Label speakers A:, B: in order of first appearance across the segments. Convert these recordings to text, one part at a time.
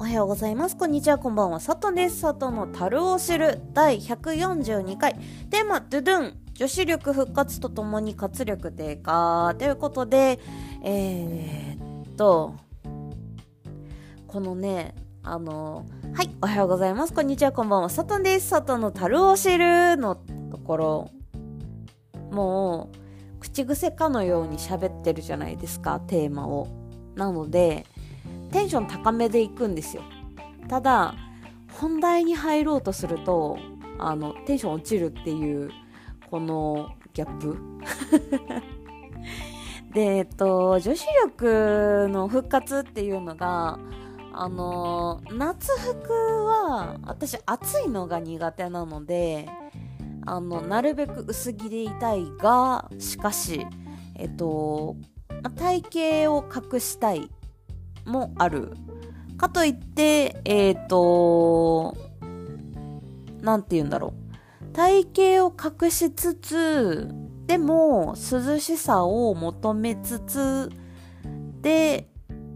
A: おはようございます。こんにちは、こんばんは。佐藤です。佐藤の樽を知る第142回。テーマ、ドゥドゥン。女子力復活とともに活力低下。ということで、このね、はい、おはようございます。こんにちは、こんばんは。佐藤です。佐藤の樽を知るのところ、もう、口癖かのように喋ってるじゃないですか、テーマを。なので、テンション高めでいくんですよ。ただ本題に入ろうとするとテンション落ちるっていうこのギャップで女子力の復活っていうのが夏服は私暑いのが苦手なのでなるべく薄着でいたいが、しかし体型を隠したいもあるかといってなんて言うんだろう、体型を隠しつつでも涼しさを求めつつで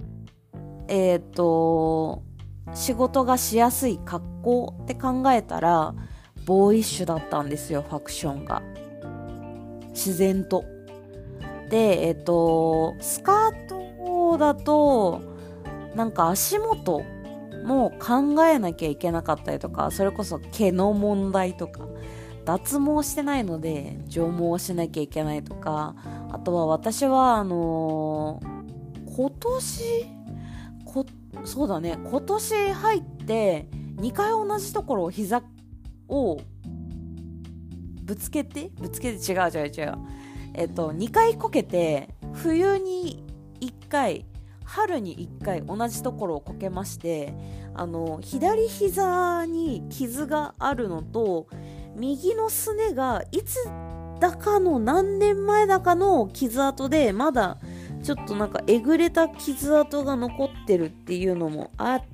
A: 仕事がしやすい格好って考えたらボーイッシュだったんですよ、ファクションが自然と。でスカートだとなんか足元も考えなきゃいけなかったりとか、それこそ毛の問題とか、脱毛してないので除毛しなきゃいけないとか、あとは私は今年入って2回同じところを膝をぶつけて違う2回こけて、冬に1回春に1回同じところをこけまして、左膝に傷があるのと、右のすねがいつだかの何年前だかの傷跡で、まだちょっとなんかえぐれた傷跡が残ってるっていうのもあって、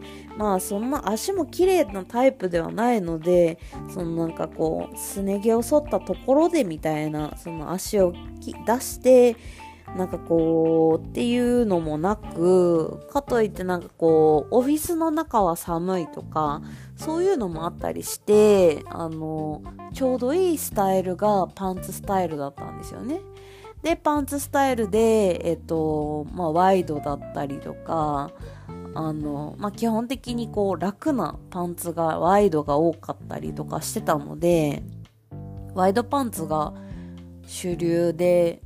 A: まあそんな足も綺麗なタイプではないので、そのなんかこうすね毛を剃ったところでみたいな、その足を出してなんかこうっていうのもなく、かといってなんかこうオフィスの中は寒いとかそういうのもあったりして、ちょうどいいスタイルがパンツスタイルだったんですよね。でパンツスタイルでワイドだったりとか、基本的にこう楽なパンツがワイドが多かったりとかしてたので、ワイドパンツが主流で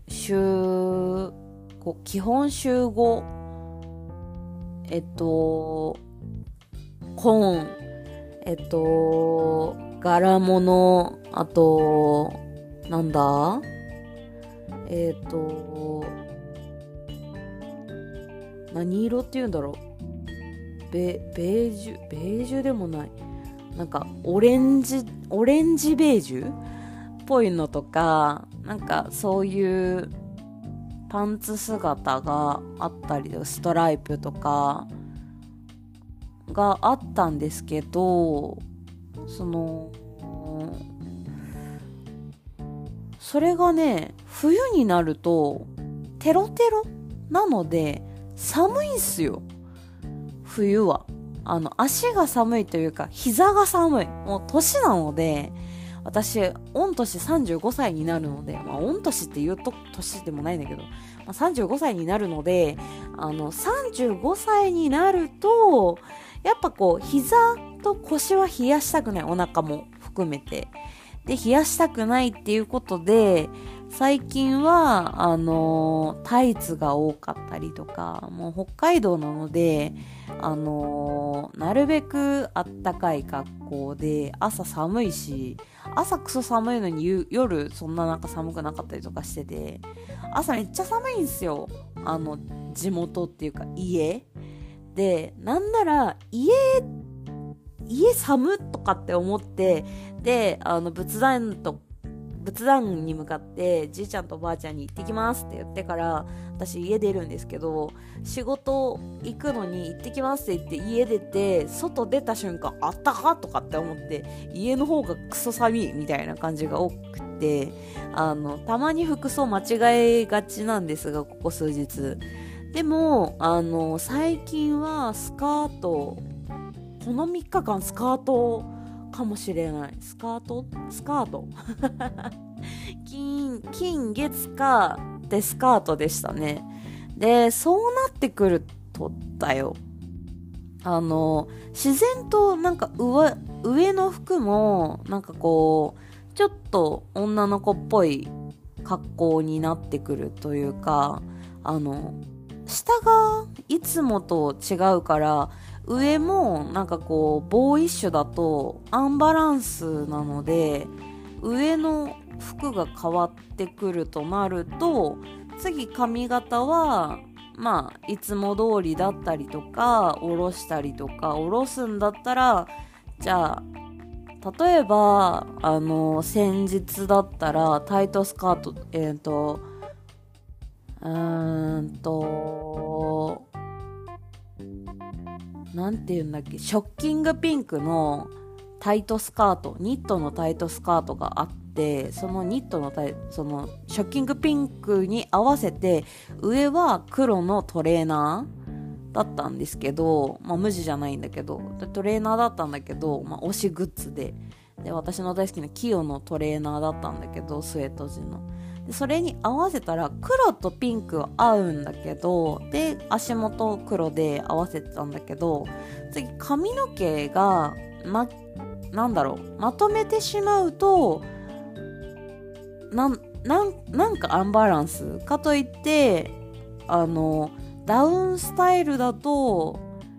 A: 基本週5紺柄物、あとなんだ何色って言うんだろう、ベージュでもない、なんかオレンジベージュっぽいのとか、なんかそういうパンツ姿があったり、ストライプとかがあったんですけど、それがね、冬になるとテロテロなので寒いんすよ。冬は足が寒いというか膝が寒い。もう年なので、私御年35歳になるので、御年って言うと年でもないんだけど、35歳になるので、35歳になるとやっぱこう膝と腰は冷やしたくない、お腹も含めてで冷やしたくないっていうことで、最近はタイツが多かったりとか、もう北海道なのでなるべくあったかい格好で、朝寒いし、朝クソ寒いのに夜そんななんか寒くなかったりとかしてて、朝めっちゃ寒いんですよ、地元っていうか家で、なんなら家寒とかって思って、で仏壇に向かってじいちゃんとおばあちゃんに行ってきますって言ってから私家出るんですけど、仕事行くのに行ってきますって言って家出て、外出た瞬間あったかとかって思って、家の方がクソ寒いみたいな感じが多くて、たまに服装間違えがちなんですが、ここ数日でも最近はスカート、この3日間スカートかもしれない。スカート金月火でスカートでしたね。でそうなってくるとだよ、自然となんか上の服もなんかこうちょっと女の子っぽい格好になってくるというか、下がいつもと違うから上もなんかこうボーイッシュだとアンバランスなので、上の服が変わってくるとなると、次髪型はまあいつも通りだったりとか、下ろしたりとか、下ろすんだったら、じゃあ例えば先日だったらタイトスカート、なんていうんだっけ、ショッキングピンクのタイトスカート、ニットのタイトスカートがあって、そのニットのそのショッキングピンクに合わせて上は黒のトレーナーだったんですけど、まあ無地じゃないんだけどトレーナーだったんだけど、まあ推しグッズで私の大好きなキヨのトレーナーだったんだけど、スウェット地ので、それに合わせたら黒とピンクは合うんだけど、で足元黒で合わせてたんだけど、次髪の毛がまとめてしまうとなんかアンバランスかといって、ダウンスタイルだと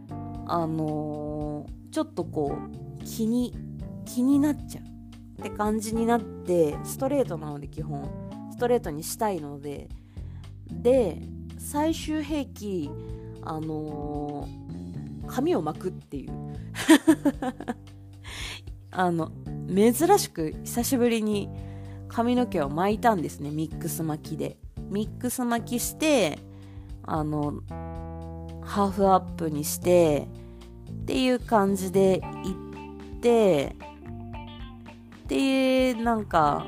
A: ちょっとこう気になっちゃうって感じになって、ストレートなので、基本ストレートにしたいので、最終兵器髪を巻くっていう珍しく久しぶりに髪の毛を巻いたんですね。ミックス巻きしてハーフアップにしてっていう感じで行って、でなんか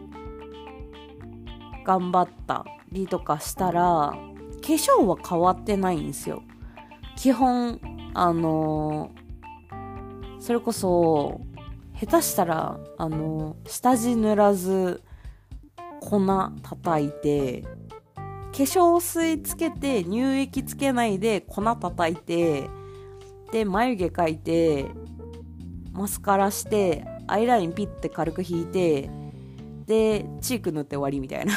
A: 頑張ったりとかしたら、化粧は変わってないんですよ。基本それこそ下手したら下地塗らず粉叩いて、化粧水つけて乳液つけないで粉叩いて、で眉毛描いてマスカラしてアイラインピッて軽く引いて、でチーク塗って終わりみたいな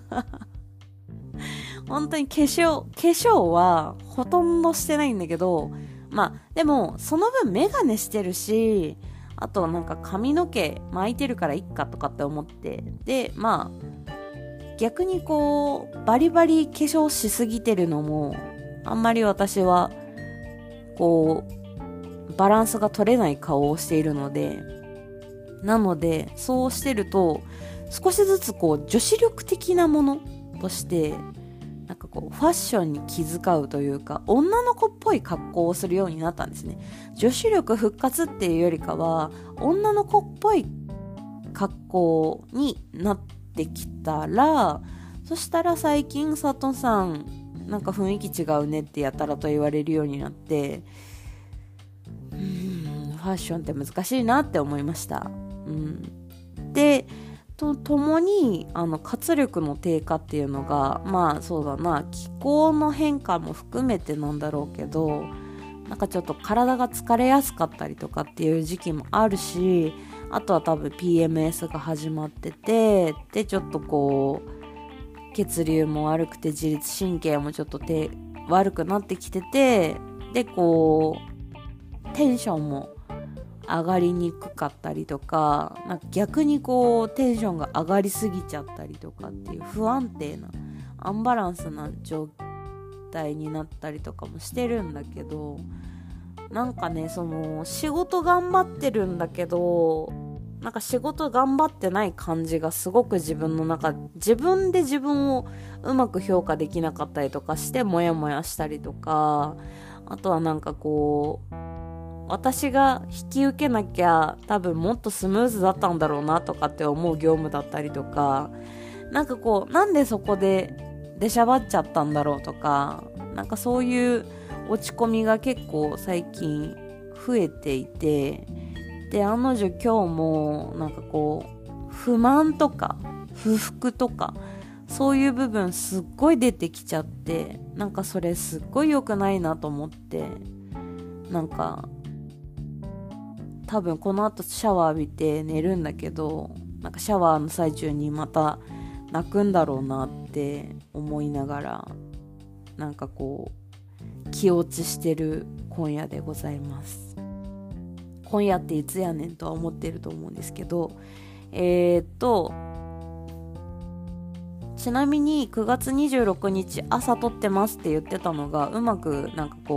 A: 本当に化粧はほとんどしてないんだけど、まあでもその分メガネしてるし、あとなんか髪の毛巻いてるからいっかとかって思って、でまあ逆にこうバリバリ化粧しすぎてるのもあんまり私はこうバランスが取れない顔をしているので、なのでそうしてると少しずつこう女子力的なものとしてなんかこうファッションに気遣うというか、女の子っぽい格好をするようになったんですね。女子力復活っていうよりかは女の子っぽい格好になってきたら、そしたら最近佐藤さんなんか雰囲気違うねってやたらと言われるようになって、ファッションって難しいなって思いました。でともに活力の低下っていうのが、まあそうだな、気候の変化も含めてなんだろうけど、なんかちょっと体が疲れやすかったりとかっていう時期もあるし、あとは多分 PMS が始まってて、でちょっとこう血流も悪くて自律神経もちょっと悪くなってきてて、でこうテンションも上がりにくかったりとか、なんか逆にこうテンションが上がりすぎちゃったりとかっていう不安定なアンバランスな状態になったりとかもしてるんだけど、なんかね、その仕事頑張ってるんだけど、なんか仕事頑張ってない感じがすごく自分の中、自分で自分をうまく評価できなかったりとかしてモヤモヤしたりとか、あとはなんかこう私が引き受けなきゃ多分もっとスムーズだったんだろうなとかって思う業務だったりとか、なんかこうなんでそこで出しゃばっちゃったんだろうとか、 なんかそういう落ち込みが結構最近増えていて、で案の定今日もなんかこう不満とか不服とかそういう部分すっごい出てきちゃって、なんかそれすっごい良くないなと思って、なんか多分この後シャワー浴びて寝るんだけど、なんかシャワーの最中にまた泣くんだろうなって思いながら、なんかこう気落ちしてる今夜でございます。今夜っていつやねんとは思ってると思うんですけど、ちなみに9月26日朝撮ってますって言ってたのがうまく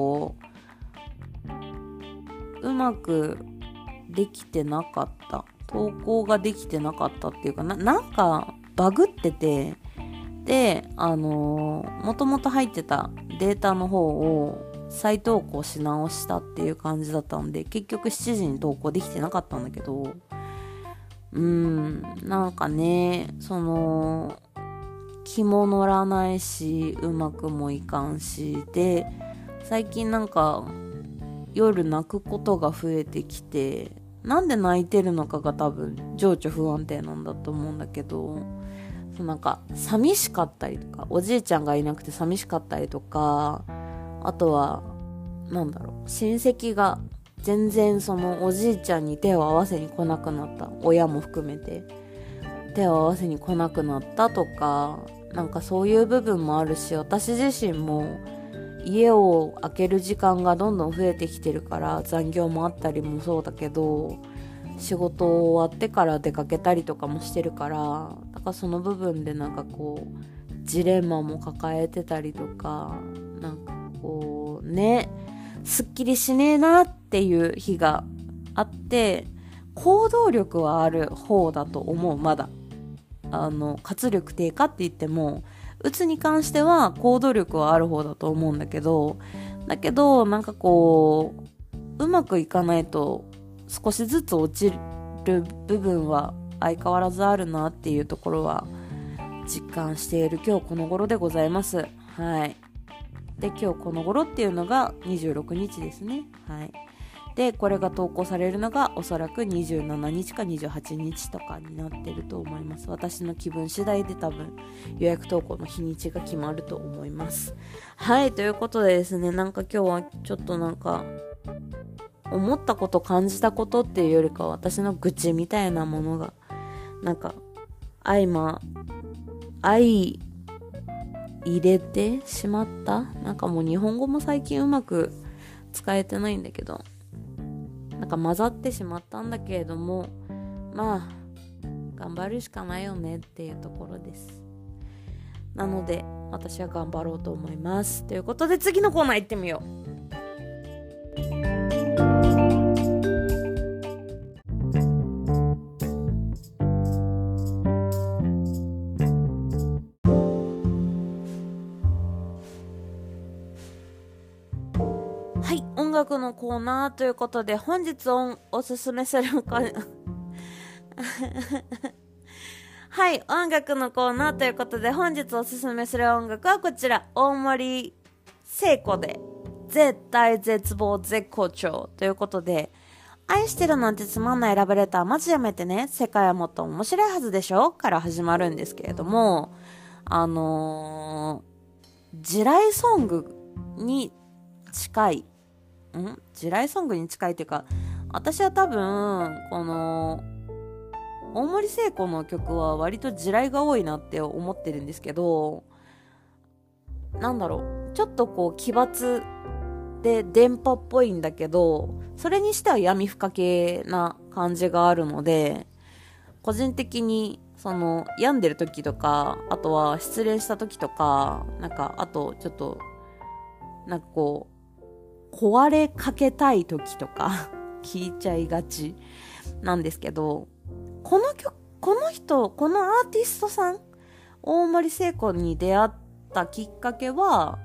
A: できてなかった、投稿ができてなかったっていうかなんかバグってて、でもともと入ってたデータの方を再投稿し直したっていう感じだったんで、結局7時に投稿できてなかったんだけど、なんかね、気も乗らないしうまくもいかんしで、最近なんか夜泣くことが増えてきて、なんで泣いてるのかが多分情緒不安定なんだと思うんだけど、なんか寂しかったりとか、おじいちゃんがいなくて寂しかったりとか、あとは親戚が全然そのおじいちゃんに手を合わせに来なくなった、親も含めて手を合わせに来なくなったとか、なんかそういう部分もあるし、私自身も家を空ける時間がどんどん増えてきてるから、残業もあったりもそうだけど、仕事終わってから出かけたりとかもしてるから、だからその部分でなんかこうジレンマも抱えてたりとか、なんかこうね、すっきりしねえなっていう日があって、行動力はある方だと思う。まだ活力低下って言っても、うつに関しては行動力はある方だと思うんだけど、なんかこううまくいかないと少しずつ落ちる部分は相変わらずあるなっていうところは実感している今日この頃でございます。はい。で、今日この頃っていうのが26日ですね。はい。で、これが投稿されるのがおそらく27日か28日とかになってると思います。私の気分次第で多分予約投稿の日にちが決まると思います。はい、ということでですね、なんか今日はちょっとなんか思ったこと感じたことっていうよりかは、私の愚痴みたいなものがなんか相入れてしまった。なんかもう日本語も最近うまく使えてないんだけど、なんか混ざってしまったんだけれども、まあ頑張るしかないよねっていうところです。なので私は頑張ろうと思います。ということで次のコーナー行ってみよう。はい、音楽のコーナーということで、本日おすすめするはい、音楽のコーナーということで、本日おすすめする音楽はこちら、大森聖子で絶対絶望絶好調ということで、愛してるなんてつまんないラブレターマジやめてね、世界はもっと面白いはずでしょから始まるんですけれども、地雷ソングに近い地雷ソングに近いっていうか、私は多分この大森聖子の曲は割と地雷が多いなって思ってるんですけど、ちょっとこう奇抜で電波っぽいんだけど、それにしては闇深系な感じがあるので、個人的に病んでる時とか、あとは失恋した時とか、あとちょっとこう壊れかけたい時とか聞いちゃいがちなんですけど、このアーティストさん、大森聖子に出会ったきっかけは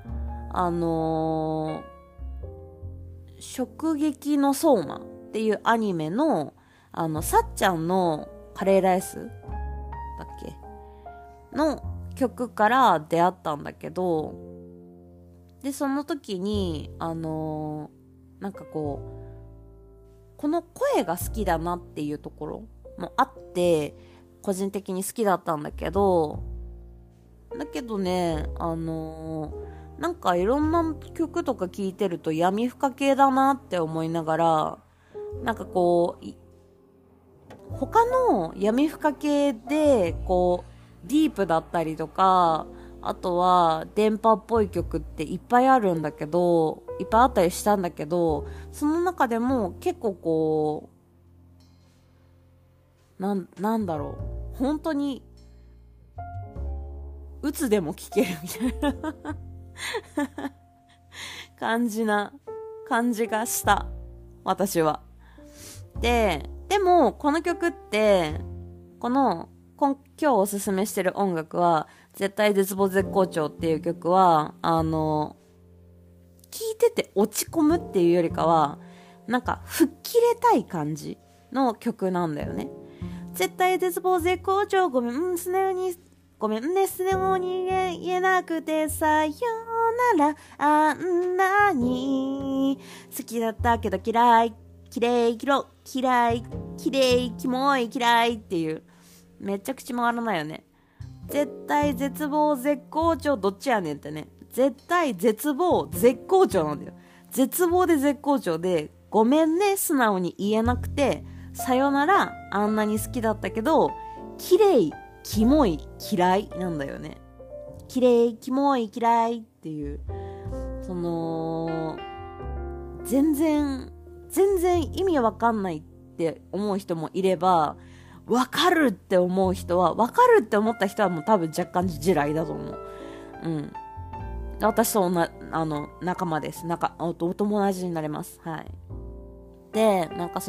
A: 食撃の相馬っていうアニメのさっちゃんのカレーライスだっけの曲から出会ったんだけど、 でその時になんかこの声が好きだなっていうところもあって個人的に好きだったんだけどねなんかいろんな曲とか聴いてると闇深系だなって思いながら、なんかこう他の闇深系でこうディープだったりとか、あとは電波っぽい曲っていっぱいあるんだけど、いっぱいあったりしたんだけど、その中でも結構こうなんだろう、本当に鬱でも聴けるみたいな感じがした私は。でもこの曲って今日おすすめしてる音楽は絶対絶望絶好調っていう曲は聴いてて落ち込むっていうよりかはなんか吹っ切れたい感じの曲なんだよね。絶対絶望絶好調ごめん素直にごめんね素直に言えなくてさよならあんなに好きだったけど嫌いきれい嫌いきれいキモい嫌いっていうめっちゃ口回らないよね。絶対絶望絶好調どっちやねんってね。絶対絶望絶好調なんだよ。絶望で絶好調でごめんね素直に言えなくてさよならあんなに好きだったけどきれいキモい嫌いなんだよね。きれいキモい嫌いっていう全然意味わかんないって思う人もいれば、わかるって思う人は、わかるって思った人はもう多分若干地雷だと思う。うん。私と仲間です。お友達になれます。はい。で、なんか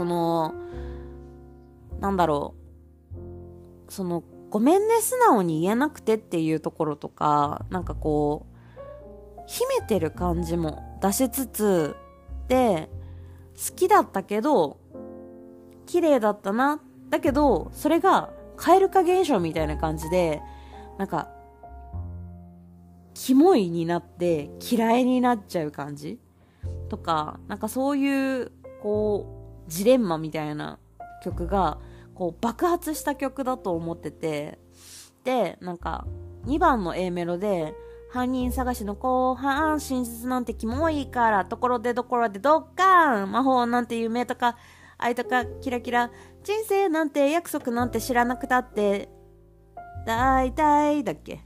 A: なんだろう。ごめんね素直に言えなくてっていうところとか、なんかこう、秘めてる感じも出しつつ、で、好きだったけど、綺麗だったな。だけど、それが蛙化現象みたいな感じで、なんか、キモいになって嫌いになっちゃう感じとか、なんかそういう、こう、ジレンマみたいな曲が、こう爆発した曲だと思ってて、で、なんか、2番の A メロで、犯人探しの後半、真実なんてキモいから、ところでどっかん、魔法なんて夢とか、愛とかキラキラ、人生なんて約束なんて知らなくたって、大体だっけ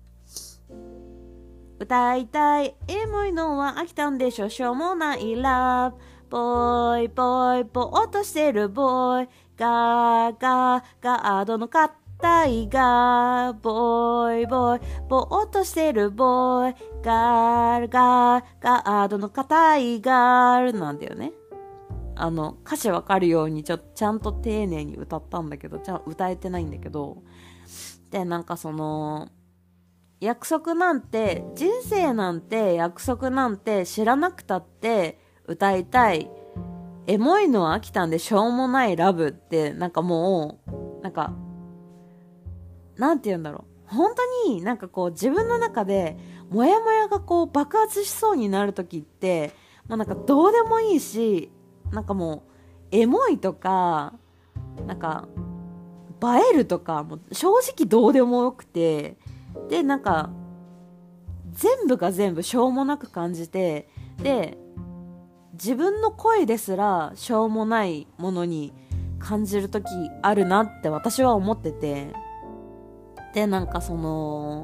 A: 歌いたい、エモいのは飽きたんでしょ、しょうもないラブ、ボーイぼーっとしてるボーイ、ガードの硬いガー、ボーイぼーっとしてるボーイ、ガードの硬いガールなんだよね。歌詞わかるようにちゃんと丁寧に歌ったんだけど、歌えてないんだけど、で、なんか約束なんて、人生なんて約束なんて知らなくたって歌いたい。エモいのは飽きたんでしょうもないラブって、なんかもう、なんか、なんて言うんだろう。本当になんかこう自分の中で、もやもやがこう爆発しそうになるときって、もうなんかどうでもいいし、なんかもう、エモいとか、なんか、映えるとか、もう正直どうでもよくて、で、なんか、全部が全部しょうもなく感じて、で、自分の声ですらしょうもないものに感じるときあるなって私は思ってて、で、なんかその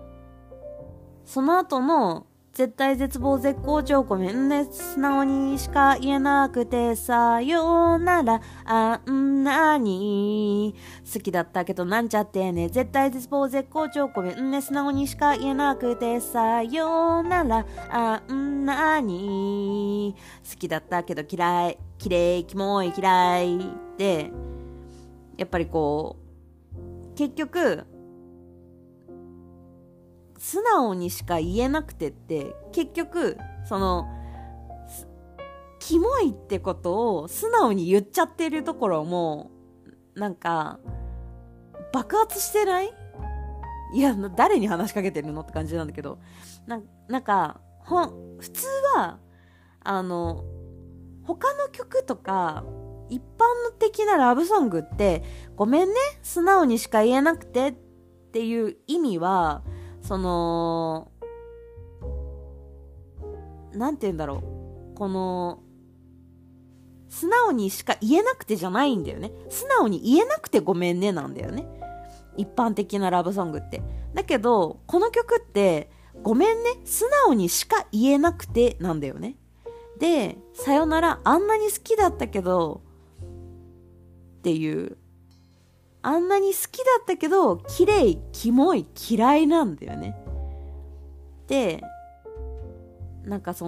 A: 後の絶対絶望絶好調ごめんね素直にしか言えなくてさよならあんなに好きだったけどなんちゃってね絶対絶望絶好調ごめんね素直にしか言えなくてさよならあんなに好きだったけど嫌いきれいキモい嫌いでやっぱりこう結局素直にしか言えなくてって結局キモいってことを素直に言っちゃってるところもなんか爆発してない？いや誰に話しかけてるのって感じなんだけどなんか普通は他の曲とか一般的なラブソングってごめんね素直にしか言えなくてっていう意味はなんて言うんだろう、この素直にしか言えなくてじゃないんだよね。素直に言えなくてごめんねなんだよね、一般的なラブソングって。だけどこの曲ってごめんね素直にしか言えなくてなんだよね。でさよならあんなに好きだったけどっていう、あんなに好きだったけど綺麗キモい嫌いなんだよね。でなんか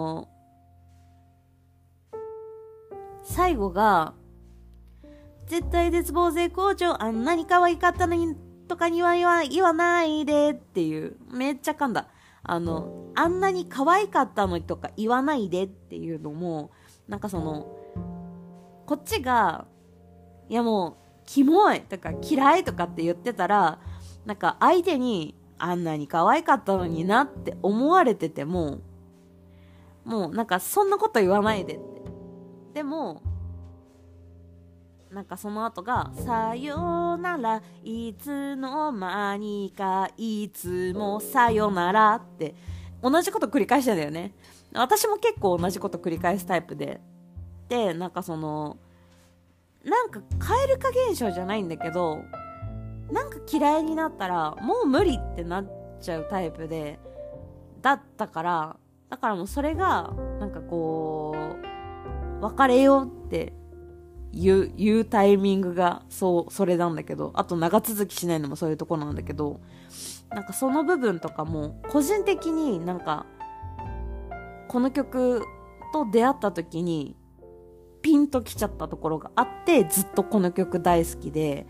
A: 最後が絶対絶望絶好調あんなに可愛かったのにとかには言わないでっていう、めっちゃ噛んだ。あんなに可愛かったのにとか言わないでっていうのもなんかこっちがいやもうキモいとか嫌いとかって言ってたらなんか相手にあんなに可愛かったのになって思われててももうなんかそんなこと言わないでって。でもなんかその後がさよならいつの間にかいつもさよならって同じこと繰り返してんだよね。私も結構同じこと繰り返すタイプでなんかなんか蛙化現象じゃないんだけどなんか嫌いになったらもう無理ってなっちゃうタイプだったからだからもうそれがなんかこう別れようって言うタイミングがそれなんだけど、あと長続きしないのもそういうところなんだけど、なんかその部分とかも個人的になんかこの曲と出会った時にピンときちゃったところがあってずっとこの曲大好きで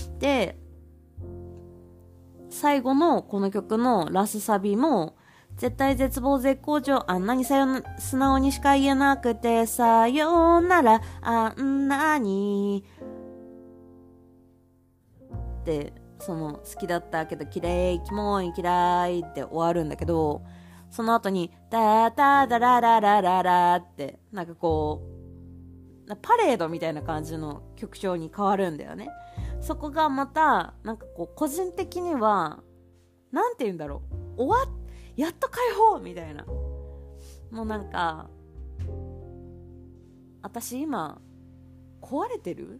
A: 最後のこの曲のラスサビも絶対絶望絶好調あんなに素直にしか言えなくてさよならあんなにって好きだったけどキモい嫌いって終わるんだけどその後にダダダラララララってなんかこうパレードみたいな感じの曲調に変わるんだよね。そこがまたなんかこう個人的にはなんて言うんだろうやっと解放みたいな、もうなんか私今壊れてる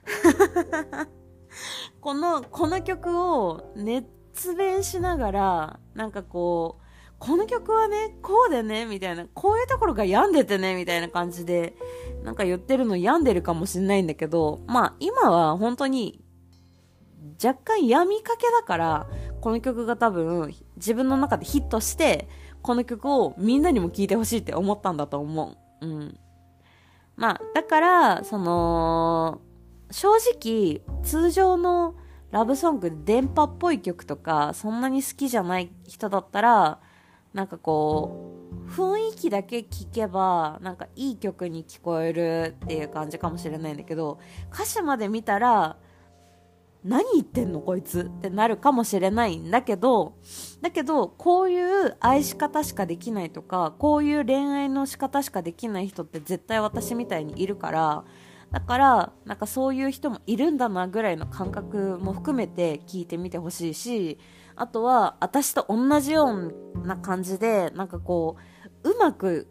A: この曲を熱弁しながらなんかこの曲はねこうでねみたいな、こういうところが病んでてねみたいな感じでなんか言ってるの病んでるかもしれないんだけど、まあ今は本当に若干病みかけだからこの曲が多分自分の中でヒットしてこの曲をみんなにも聴いてほしいって思ったんだと思う。まあだから正直通常のラブソングで電波っぽい曲とかそんなに好きじゃない人だったらなんかこう雰囲気だけ聴けばなんかいい曲に聞こえるっていう感じかもしれないんだけど、歌詞まで見たら何言ってんのこいつってなるかもしれないんだけどこういう愛し方しかできないとかこういう恋愛の仕方しかできない人って絶対私みたいにいるから、だからなんかそういう人もいるんだなぐらいの感覚も含めて聞いてみてほしいし、あとは私と同じような感じでなんかこううまく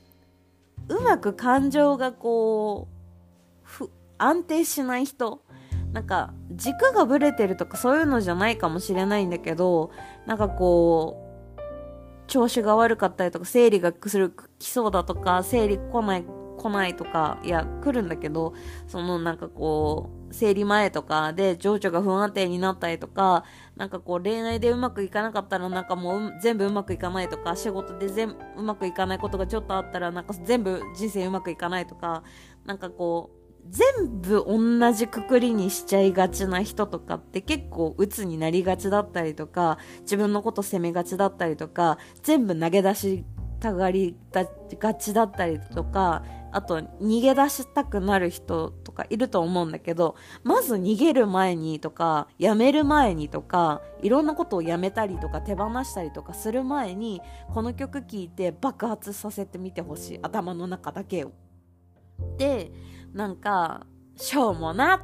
A: 感情がこう安定しない人、なんか軸がぶれてるとかそういうのじゃないかもしれないんだけど、なんかこう調子が悪かったりとか生理が来そうだとか生理来ないとか、いや来るんだけどなんかこう生理前とかで情緒が不安定になったりとか、なんかこう恋愛でうまくいかなかったらなんかもう全部うまくいかないとか、仕事でうまくいかないことがちょっとあったらなんか全部人生うまくいかないとか、なんかこう全部同じくくりにしちゃいがちな人とかって結構鬱になりがちだったりとか、自分のこと責めがちだったりとか、全部投げ出したがりがちだったりとか、 あと逃げ出したくなる人とかいると思うんだけど、まず逃げる前にとかやめる前にとか、いろんなことをやめたりとか手放したりとかする前に、この曲聴いて爆発させてみてほしい、頭の中だけを。で、なんかしょうもなって、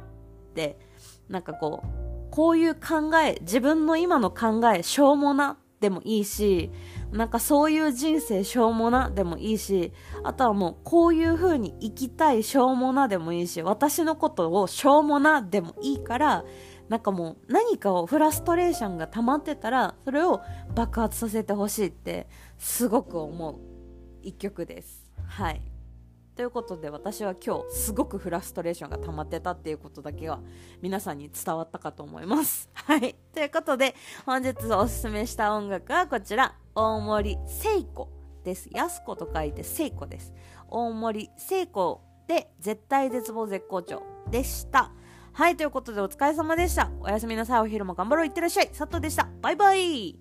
A: なんかこういう考え、自分の今の考えしょうもなでもいいし、なんかそういう人生しょうもなでもいいし、あとはもうこういう風に生きたいしょうもなでもいいし、私のことをしょうもなでもいいから、なんかもう何かをフラストレーションが溜まってたら、それを爆発させてほしいってすごく思う一曲です。はい。ということで、私は今日すごくフラストレーションが溜まってたっていうことだけは皆さんに伝わったかと思います。はい。ということで、本日おすすめした音楽はこちら、大森聖子です。安子と書いて聖子です。大森聖子で絶対絶望絶好調でした。はい。ということで、お疲れ様でした。おやすみなさい。お昼も頑張ろう。いってらっしゃい。佐藤でした。バイバイ。